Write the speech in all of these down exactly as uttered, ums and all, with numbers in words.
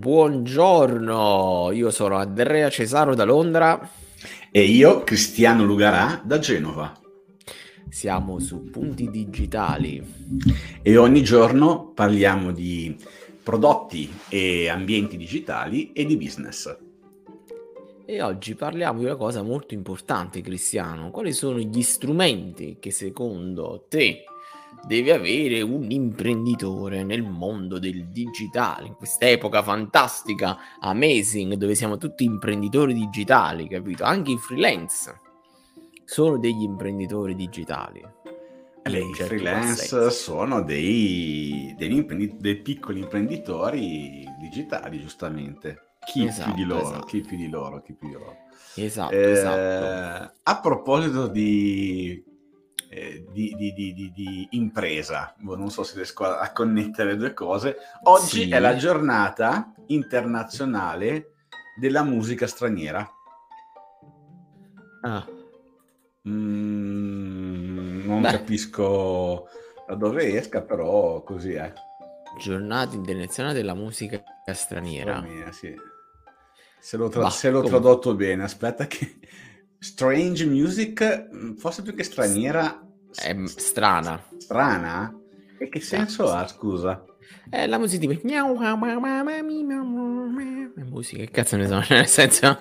Buongiorno, io sono Andrea Cesaro da Londra. E io, Cristiano Lugarà, da Genova. Siamo su Punti Digitali. E ogni giorno parliamo di prodotti e ambienti digitali e di business. E oggi parliamo di una cosa molto importante, Cristiano. Quali sono gli strumenti che secondo te deve avere un imprenditore nel mondo del digitale, in quest'epoca fantastica, amazing, dove siamo tutti imprenditori digitali, capito? Anche i freelance sono degli imprenditori digitali. Beh, i certo freelance sono dei, degli imprendi- dei piccoli imprenditori digitali, giustamente. Chi esatto, più di loro, esatto. chi più di loro, chi più di loro. Esatto, eh, esatto. A proposito di, eh, di, di, di, di, di impresa, non so se riesco a, a connettere le due cose, oggi Sì. è la giornata internazionale della musica straniera. Ah. Mm, non Beh. capisco da dove esca, però così è. Giornata internazionale della musica straniera. Mia, sì. Se l'ho, tra- Bah, se l'ho com- tradotto bene, aspetta che... Strange music, forse più che straniera... è strana. Strana? E che senso ha, scusa? È la musica tipo... musica, che cazzo ne so, nel senso...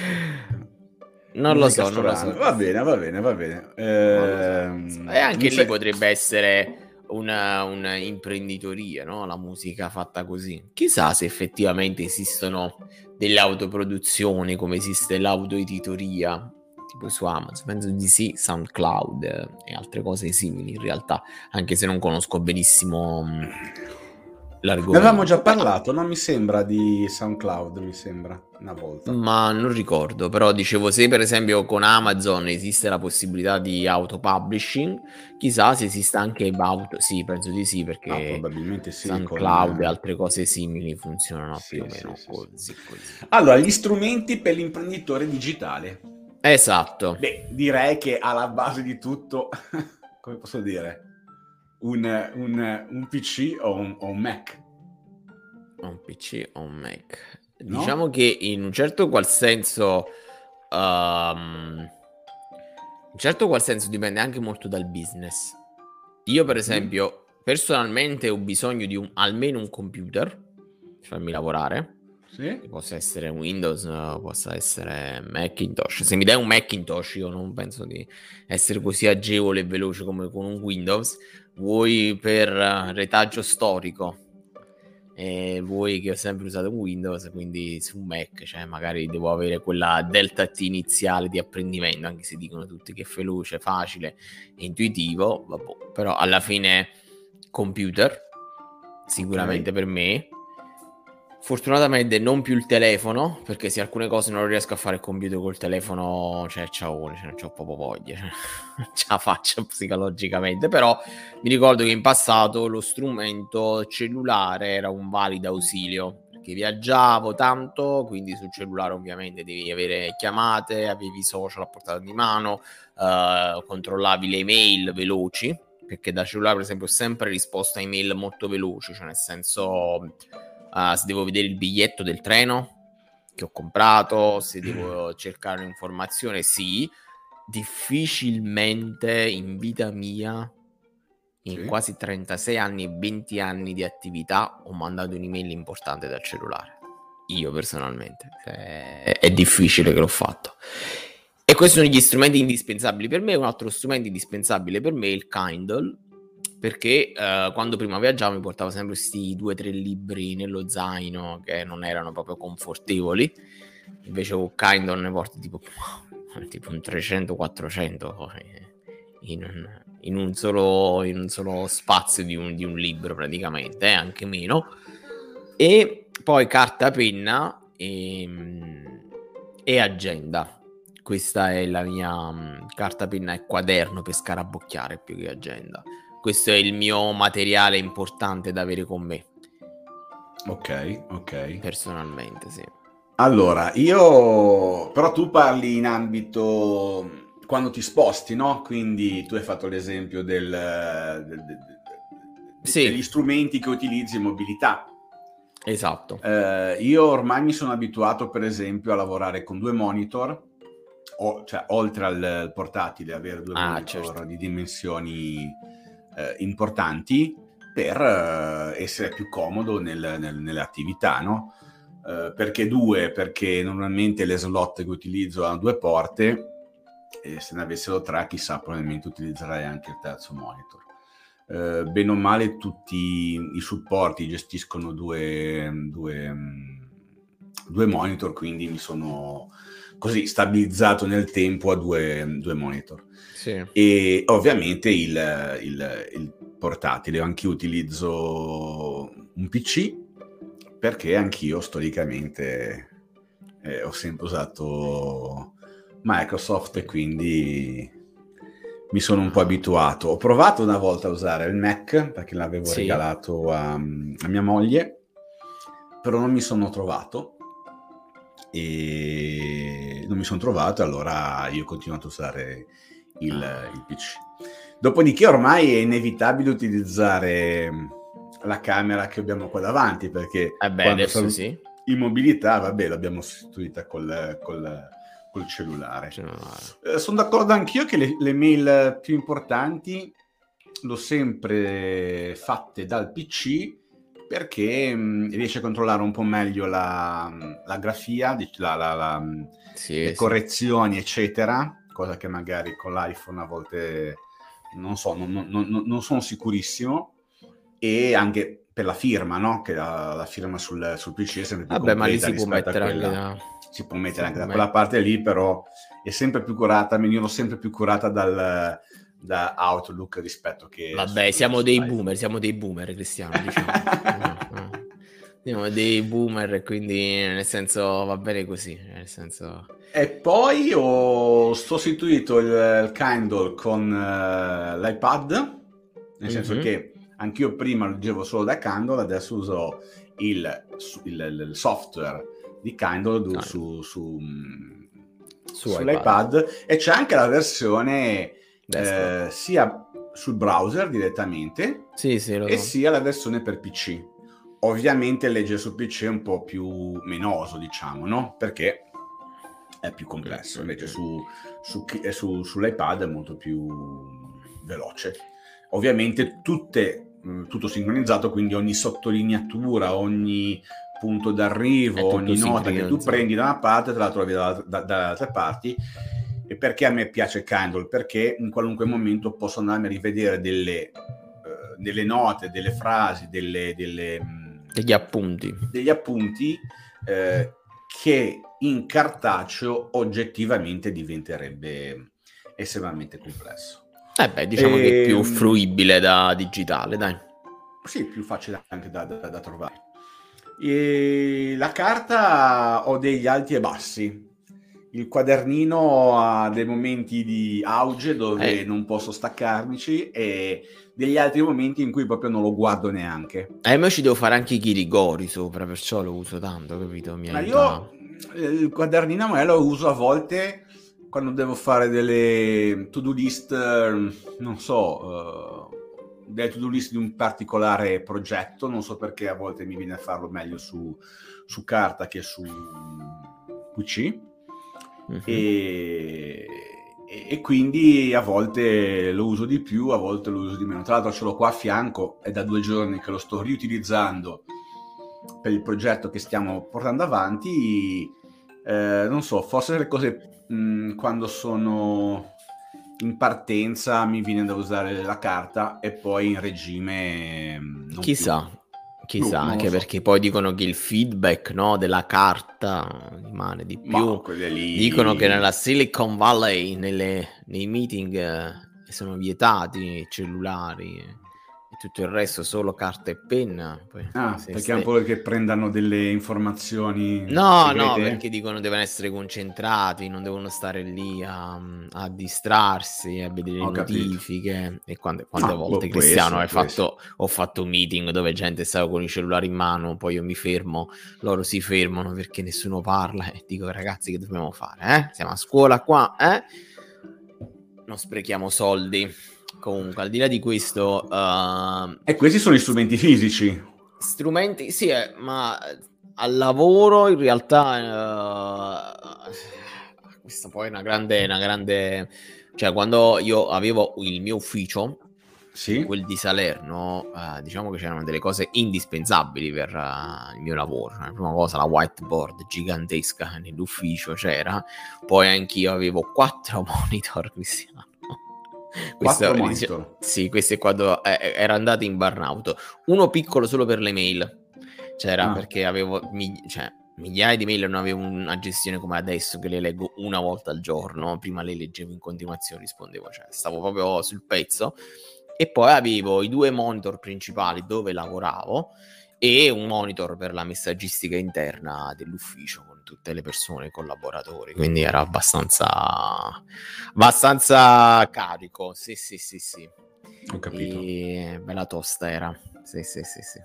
non lo Musica so, non lo so. strana. Va bene, va bene, va bene. Non lo so. Ehm, E anche non lì sei- potrebbe essere una, una imprenditoria, no? La musica fatta così. Chissà se effettivamente esistono delle autoproduzioni come esiste l'autoeditoria, tipo su Amazon. Penso di sì, SoundCloud eh, e altre cose simili in realtà, anche se non conosco benissimo mh, Ne l'argomento. avevamo già Però- parlato, non mi sembra di SoundCloud, mi sembra, una volta. ma non ricordo, però dicevo se per esempio con Amazon esiste la possibilità di auto-publishing, chissà se esista anche auto, sì, penso di sì, perché Ah, probabilmente sì, SoundCloud con... e altre cose simili funzionano Sì, più o sì, meno sì, sì. così, così. Allora, gli strumenti per l'imprenditore digitale. Esatto. Beh, direi che alla base di tutto, come posso dire, un, un, un P C o un, o un Mac. Un P C o un Mac. No? Diciamo che in un certo qual senso, um, in certo qual senso dipende anche molto dal business. Io per Mhm. esempio, personalmente ho bisogno di un, almeno un computer per farmi lavorare. Sì? Che possa essere Windows, possa essere Macintosh. Se mi dai un Macintosh, io non penso di essere così agevole e veloce come con un Windows. Vuoi per retaggio storico, e vuoi che ho sempre usato un Windows, quindi su un Mac, cioè magari devo avere quella delta T iniziale di apprendimento, anche se dicono tutti che è veloce, facile e intuitivo, vabbè, però alla fine computer, sicuramente Ok. per me. Fortunatamente non più il telefono, perché se alcune cose non riesco a fare il computer col telefono, cioè ciao, cioè, non c'ho proprio voglia, cioè, ce la faccio psicologicamente, però mi ricordo che in passato lo strumento cellulare era un valido ausilio, perché viaggiavo tanto, quindi sul cellulare ovviamente devi avere chiamate, avevi i social a portata di mano, eh, controllavi le email veloci, perché da cellulare per esempio ho sempre risposto a email molto veloci, cioè nel senso... Uh, se devo vedere il biglietto del treno che ho comprato, se devo cercare un'informazione, sì. Difficilmente in vita mia, in Sì. quasi trentasei anni e venti anni di attività, ho mandato un'email importante dal cellulare. Io personalmente. È, è difficile che l'ho fatto. E questi sono gli strumenti indispensabili per me. Un altro strumento indispensabile per me è il Kindle, perché eh, quando prima viaggiavo mi portavo sempre questi due o tre libri nello zaino che non erano proprio confortevoli, invece con Kindle ne porto tipo, tipo un trecento quattrocento in un, in un, solo, in un solo spazio di un, di un libro praticamente, eh, anche meno, e poi carta, penna e, e agenda. Questa è la mia um, carta, penna e quaderno per scarabocchiare più che agenda. Questo è il mio materiale importante da avere con me. Ok, ok. Personalmente, sì. Allora, io... Però tu parli in ambito... Quando ti sposti, no? Quindi tu hai fatto l'esempio del, del, del, del, sì. degli strumenti che utilizzi in mobilità. Esatto. Eh, io ormai mi sono abituato, per esempio, a lavorare con due monitor, o, cioè oltre al, al portatile, avere due Ah, monitor certo. di dimensioni eh, importanti per eh, essere più comodo nel, nel, nelle attività, no? Eh, perché due? Perché normalmente le slot che utilizzo hanno due porte, e se ne avessero tre, chissà, probabilmente utilizzerei anche il terzo monitor. Uh, bene o male tutti i supporti gestiscono due, due, due monitor, quindi mi sono così stabilizzato nel tempo a due, due monitor. Sì. E ovviamente il, il, il portatile, anch'io utilizzo un P C perché anch'io storicamente eh, ho sempre usato Microsoft e quindi mi sono un po' abituato. Ho provato una volta a usare il Mac perché l'avevo Sì. regalato a, a mia moglie, però non mi sono trovato e non mi sono trovato, allora io ho continuato a usare il, il P C. Dopodiché ormai è inevitabile utilizzare la camera che abbiamo qua davanti, perché Eh beh, quando adesso sono sì. in mobilità, vabbè, l'abbiamo sostituita col, col, col cellulare. cellulare. Eh, sono d'accordo anch'io che le, le mail più importanti l'ho sempre fatte dal P C, perché mh, riesce a controllare un po' meglio la, la grafia, la, la, la, sì, le sì. correzioni, eccetera, cosa che magari con l'iPhone a volte non so, non, non, non, non sono sicurissimo, e anche per la firma, no? Che la, la firma sul, sul P C è sempre più Vabbè, ma lì completa si può rispetto a mettere quella. anche da... Si può mettere si anche può da met- quella parte lì, però è sempre più curata, venivo sempre più curata dal, da Outlook rispetto che Vabbè, sul, siamo dei sull'iPhone. boomer, siamo dei boomer, Cristiano, diciamo. no, no. Siamo dei boomer, quindi nel senso va bene così, nel senso... E poi ho sostituito il, il Kindle con uh, l'iPad, nel senso mm-hmm. che anch'io prima lo leggevo solo da Kindle, adesso uso il, il, il software di Kindle ah, su, su, su sull'iPad iPad. e c'è anche la versione Desktop. eh, sia sul browser direttamente Sì, sì, lo e so. sia la versione per P C. Ovviamente leggere su P C è un po' più menoso, diciamo, no? Perché è più complesso, invece su, su, su, sull'iPad è molto più veloce. Ovviamente tutte, tutto sincronizzato, quindi ogni sottolineatura, ogni punto d'arrivo, ogni nota che tu prendi da una parte te la trovi da, da, dalle altre parti. E perché a me piace Kindle? Perché in qualunque momento posso andarmi a rivedere delle, uh, delle note, delle frasi, delle, delle, degli appunti. Degli appunti eh, che in cartaceo oggettivamente diventerebbe estremamente complesso. Eh beh, diciamo e, che è più fruibile da digitale, dai. Sì, più facile anche da, da, da trovare. E la carta ho degli alti e bassi. Il quadernino ha dei momenti di auge dove eh. non posso staccarmici e degli altri momenti in cui proprio non lo guardo neanche. E eh, ma ci devo fare anche i chirigori sopra, perciò lo uso tanto, capito? Mi Ma aiuta. io il quadernino me lo uso a volte quando devo fare delle to-do list, non so, uh, delle to-do list di un particolare progetto, non so perché a volte mi viene a farlo meglio su, su carta che su P C. Mm-hmm. E, e quindi a volte lo uso di più, a volte lo uso di meno. Tra l'altro ce l'ho qua a fianco, è da due giorni che lo sto riutilizzando per il progetto che stiamo portando avanti. Eh, non so, forse le cose mh, quando sono in partenza mi viene da usare la carta e poi in regime non chissà più. chissà, no, anche so. perché poi dicono che il feedback, no, della carta rimane di più. Lì... Dicono che nella Silicon Valley nelle, nei meeting eh, sono vietati cellulari e tutto il resto solo carta e penna. Poi, ah, perché ste... è un po' che prendano delle informazioni no, segrete? no, perché dicono devono essere concentrati, non devono stare lì a, a distrarsi, a vedere le Ho notifiche. capito. E quante, quante ah, volte, può, Cristiano, può hai essere, fatto, ho fatto meeting dove gente stava con i cellulari in mano, poi io mi fermo, loro si fermano perché nessuno parla e dico ragazzi che dobbiamo fare? Eh? Siamo a scuola qua, eh? Non sprechiamo soldi. Comunque, al di là di questo... Uh... E questi sono gli strumenti fisici. Strumenti, sì, eh, ma al lavoro in realtà uh, questa poi è una grande, una grande, cioè quando io avevo il mio ufficio, Sì? quel di Salerno, uh, diciamo che c'erano delle cose indispensabili per uh, il mio lavoro. Cioè, la prima cosa, la whiteboard gigantesca nell'ufficio c'era, poi anch'io avevo quattro monitor, Cristiano. Quattro Questo, monitor? sì, questo è quando eh, ero andato in burnout. Uno piccolo solo per le mail, c'era Ah. perché avevo migli- cioè, migliaia di mail, non avevo una gestione come adesso che le leggo una volta al giorno. Prima le leggevo in continuazione, rispondevo, cioè stavo proprio sul pezzo. E poi avevo i due monitor principali dove lavoravo e un monitor per la messaggistica interna dell'ufficio con tutte le persone, i collaboratori, quindi era abbastanza abbastanza carico, sì sì sì sì. Ho capito. E bella tosta era, sì sì sì sì.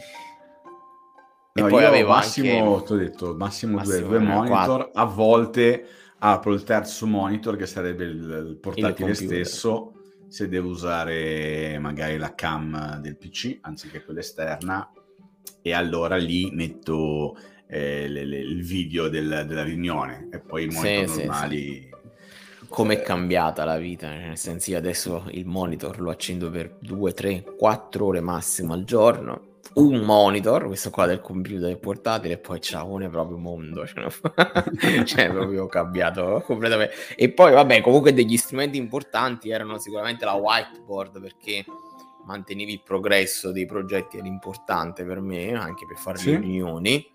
No, E poi io avevo massimo, anche ti ho detto, massimo, massimo due, due eh, monitor, quattro, a volte apro il terzo monitor che sarebbe il, il il portatile computer. stesso, se devo usare magari la cam del P C anziché quella esterna, e allora lì metto eh, le, le, il video del, della riunione e poi i monitor Sì, sì, sì. normali. Com'è eh, cambiata la vita, nel senso io adesso il monitor lo accendo per due, tre, quattro ore massimo al giorno, un monitor, questo qua del computer portatile, e poi ciao, è proprio mondo, cioè, cioè proprio cambiato completamente. E poi vabbè, comunque degli strumenti importanti erano sicuramente la whiteboard, perché mantenevi il progresso dei progetti, era importante per me, anche per fare Sì? le riunioni.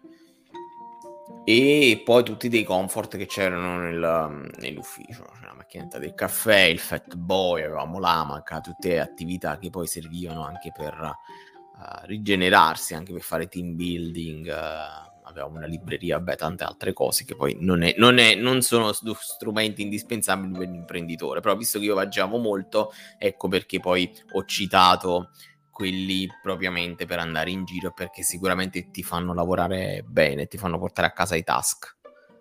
E poi tutti dei comfort che c'erano nel, nell'ufficio, cioè la macchinetta del caffè, il Fat Boy, avevamo l'amaca, tutte attività che poi servivano anche per uh, rigenerarsi, anche per fare team building, uh, avevamo una libreria, beh, tante altre cose che poi non, è, non, è, non sono strumenti indispensabili per l'imprenditore, però visto che io viaggiavo molto, ecco perché poi ho citato quelli propriamente per andare in giro, perché sicuramente ti fanno lavorare bene, ti fanno portare a casa i task.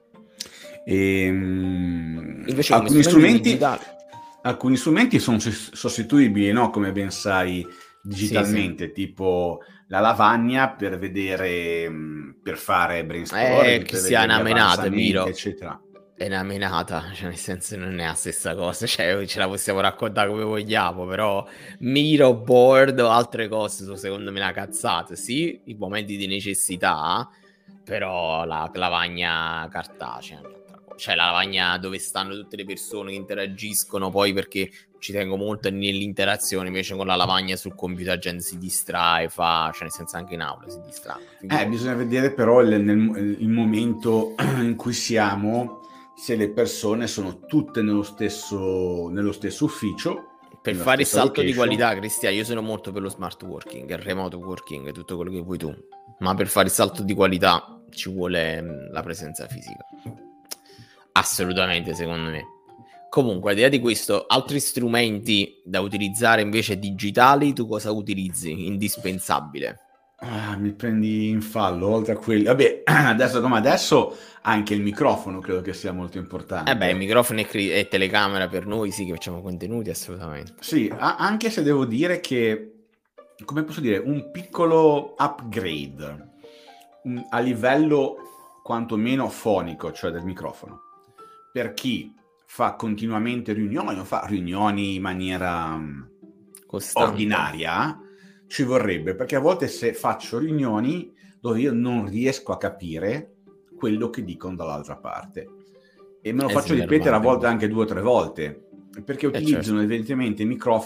E, um, Invece come alcuni strumenti strumenti digitali, alcuni strumenti sono sostituibili, no? Come ben sai, sì sì, digitalmente, tipo la lavagna per vedere, per fare eh, brainstorming, che per sia vedere gli una menata, avanzamenti, Miro, eccetera. è una menata, cioè nel senso non è la stessa cosa, cioè ce la possiamo raccontare come vogliamo, però Miro, board o altre cose sono secondo me una cazzata, sì, i momenti di necessità, però la lavagna cartacea, cioè la lavagna dove stanno tutte le persone che interagiscono, poi perché ci tengo molto nell'interazione, invece con la lavagna sul computer la gente si distrae, fa, cioè nel senso anche in aula si distrae. Eh, bisogna vedere però il, nel, il momento in cui siamo, se le persone sono tutte nello stesso, nello stesso ufficio, Per nella fare il stessa salto di location. qualità, Cristian, io sono molto per lo smart working, il remote working, tutto quello che vuoi tu, ma per fare il salto di qualità ci vuole mh, la presenza fisica. Assolutamente, secondo me. Comunque, al di là di questo, altri strumenti da utilizzare invece digitali, tu cosa utilizzi? Indispensabile. Ah, mi prendi in fallo, oltre a quelli. Vabbè, adesso come adesso, anche il microfono credo che sia molto Eh beh, importante. microfono e, cri- e telecamera per noi, sì, che facciamo contenuti, assolutamente. Sì, a- anche se devo dire che, come posso dire, un piccolo upgrade un- a livello quantomeno fonico, cioè del microfono, per chi fa continuamente riunioni o fa riunioni in maniera mm, Costante. ordinaria, ci vorrebbe, perché a volte se faccio riunioni dove io non riesco a capire quello che dicono dall'altra parte e me lo È faccio ripetere a volte snervante. anche due o tre volte perché Eh utilizzano certo. evidentemente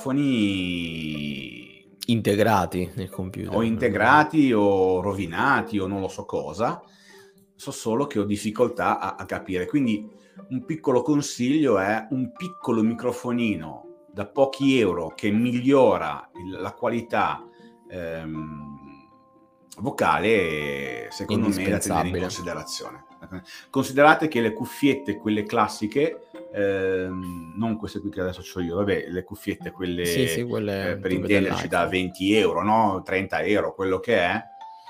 microfoni Integrati nel o computer. integrati o rovinati o non lo so cosa, so solo che ho difficoltà a, a capire. Quindi un piccolo consiglio è un piccolo microfonino da pochi euro che migliora il, la qualità ehm, vocale, secondo me è da tenere in Indispensabile. considerazione. Considerate che le cuffiette, quelle classiche, ehm, non queste qui che adesso ho io, vabbè, le cuffiette, quelle Sì, sì, quelle eh, per tipo intenderci da dell'iPhone. venti euro, no? trenta euro, quello che è,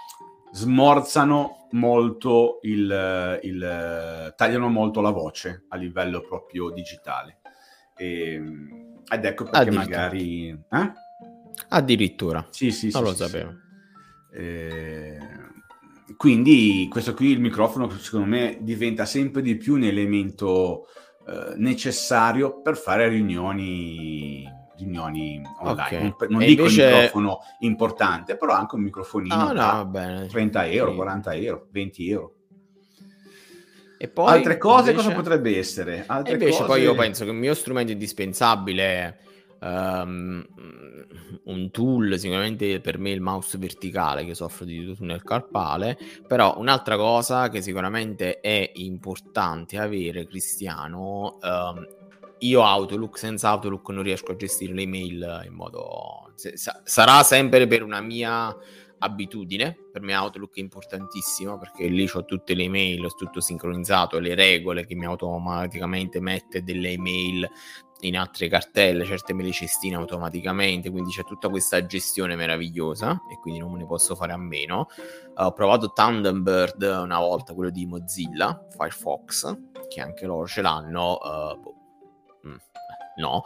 smorzano molto il, il tagliano molto la voce a livello proprio digitale. E, ed ecco perché Addirittura. magari... Eh? Addirittura. Sì, sì, Non sì, lo sì, sì. sapevo. Eh, quindi questo qui, il microfono, secondo me diventa sempre di più un elemento eh, necessario per fare riunioni riunioni online. Ok. Non, non E dico invece... il microfono importante, però anche un microfonino Ah, no, da va bene. trenta euro, Sì. quaranta euro, venti euro. E poi, altre cose invece... cosa potrebbe essere? Altre e invece cose... poi io penso che il mio strumento indispensabile è um, un tool, sicuramente per me il mouse verticale, che soffro di tunnel carpale, però un'altra cosa che sicuramente è importante avere, Cristiano, um, io Outlook, senza Outlook non riesco a gestire le email in modo... sarà sempre per una mia abitudine. Per me Outlook è importantissimo perché lì ho tutte le email, ho tutto sincronizzato, le regole che mi automaticamente mette delle email in altre cartelle, certe me le cestine automaticamente, quindi c'è tutta questa gestione meravigliosa e quindi non me ne posso fare a meno. Uh, ho provato Thunderbird una volta, quello di Mozilla, Firefox, che anche loro ce l'hanno, uh, boh. mm, no.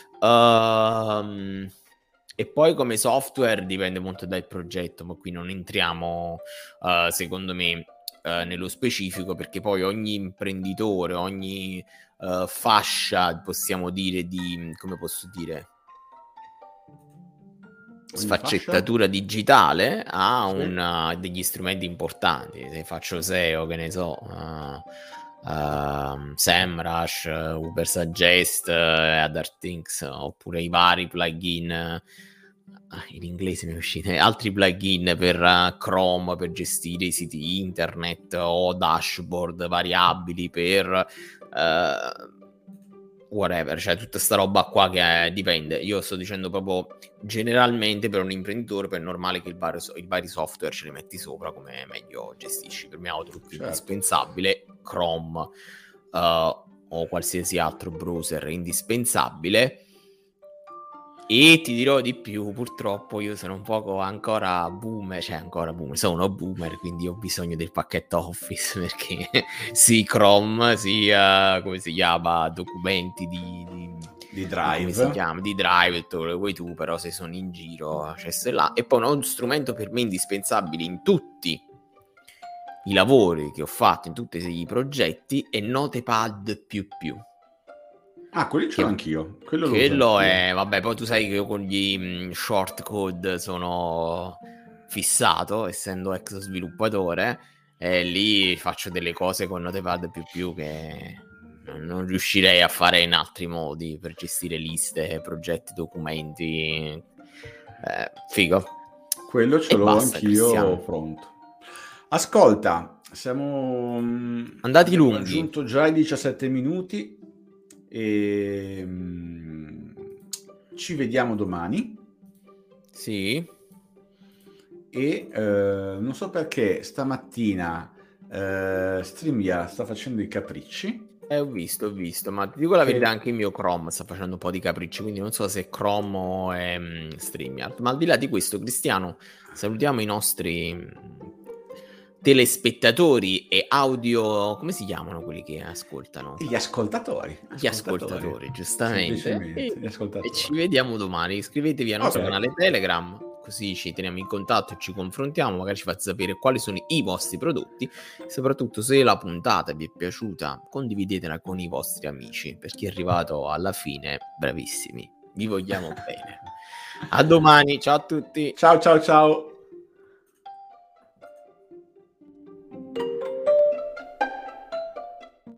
Uh, e poi come software dipende molto dal progetto, ma qui non entriamo, uh, secondo me, uh, nello specifico, perché poi ogni imprenditore, ogni uh, fascia, possiamo dire, di, come posso dire, sfaccettatura digitale ha sì. una, degli strumenti importanti. Se faccio S E O, che ne so, uh, uh, SEMrush, uh, Ubersuggest, uh, Other Things, oppure i vari plugin, uh, in inglese mi è uscito, altri plugin per uh, Chrome per gestire i siti internet o dashboard variabili per uh, whatever, cioè tutta sta roba qua che è, dipende. Io sto dicendo proprio generalmente per un imprenditore, poi è normale che il vari, il vari software ce li metti sopra come meglio gestisci. Per me Outlook è certo. indispensabile, Chrome uh, o qualsiasi altro browser è indispensabile. E ti dirò di più, purtroppo io sono un poco ancora boomer, cioè ancora boomer, sono boomer, quindi ho bisogno del pacchetto Office perché sì, Chrome, sia, come si chiama, documenti di, di, di Drive, come si chiama, di Drive, tutto lo vuoi tu, però se sono in giro, cioè se là. E poi uno strumento per me indispensabile in tutti i lavori che ho fatto, in tutti i progetti, è Notepad più più. Ah, quello ce l'ho anch'io. Quello, quello è, vabbè, poi tu sai che io con gli mh, short code sono fissato, essendo ex sviluppatore, e lì faccio delle cose con Notepad più più che non riuscirei a fare in altri modi per gestire liste, progetti, documenti. Eh, figo. Quello ce e l'ho basta, anch'io Cristiano. pronto. Ascolta, siamo andati lunghi. Abbiamo raggiunto già i diciassette minuti. E um, ci vediamo domani. Sì. E uh, non so perché stamattina uh, StreamYard sta facendo i capricci. Eh, ho visto, ho visto, ma ti dico la verità, anche il mio Chrome sta facendo un po' di capricci, quindi non so se è Chrome o è um, StreamYard. Ma al di là di questo, Cristiano, salutiamo i nostri telespettatori e audio, come si chiamano quelli che ascoltano? Gli ascoltatori. Gli ascoltatori, ascoltatori giustamente. E, gli ascoltatori. E ci vediamo domani. Iscrivetevi al nostro okay. canale Telegram, così ci teniamo in contatto e ci confrontiamo, magari ci fate sapere quali sono i vostri prodotti. Soprattutto se la puntata vi è piaciuta, condividetela con i vostri amici, per chi è arrivato alla fine, bravissimi. Vi vogliamo bene. A domani, ciao a tutti. Ciao ciao ciao.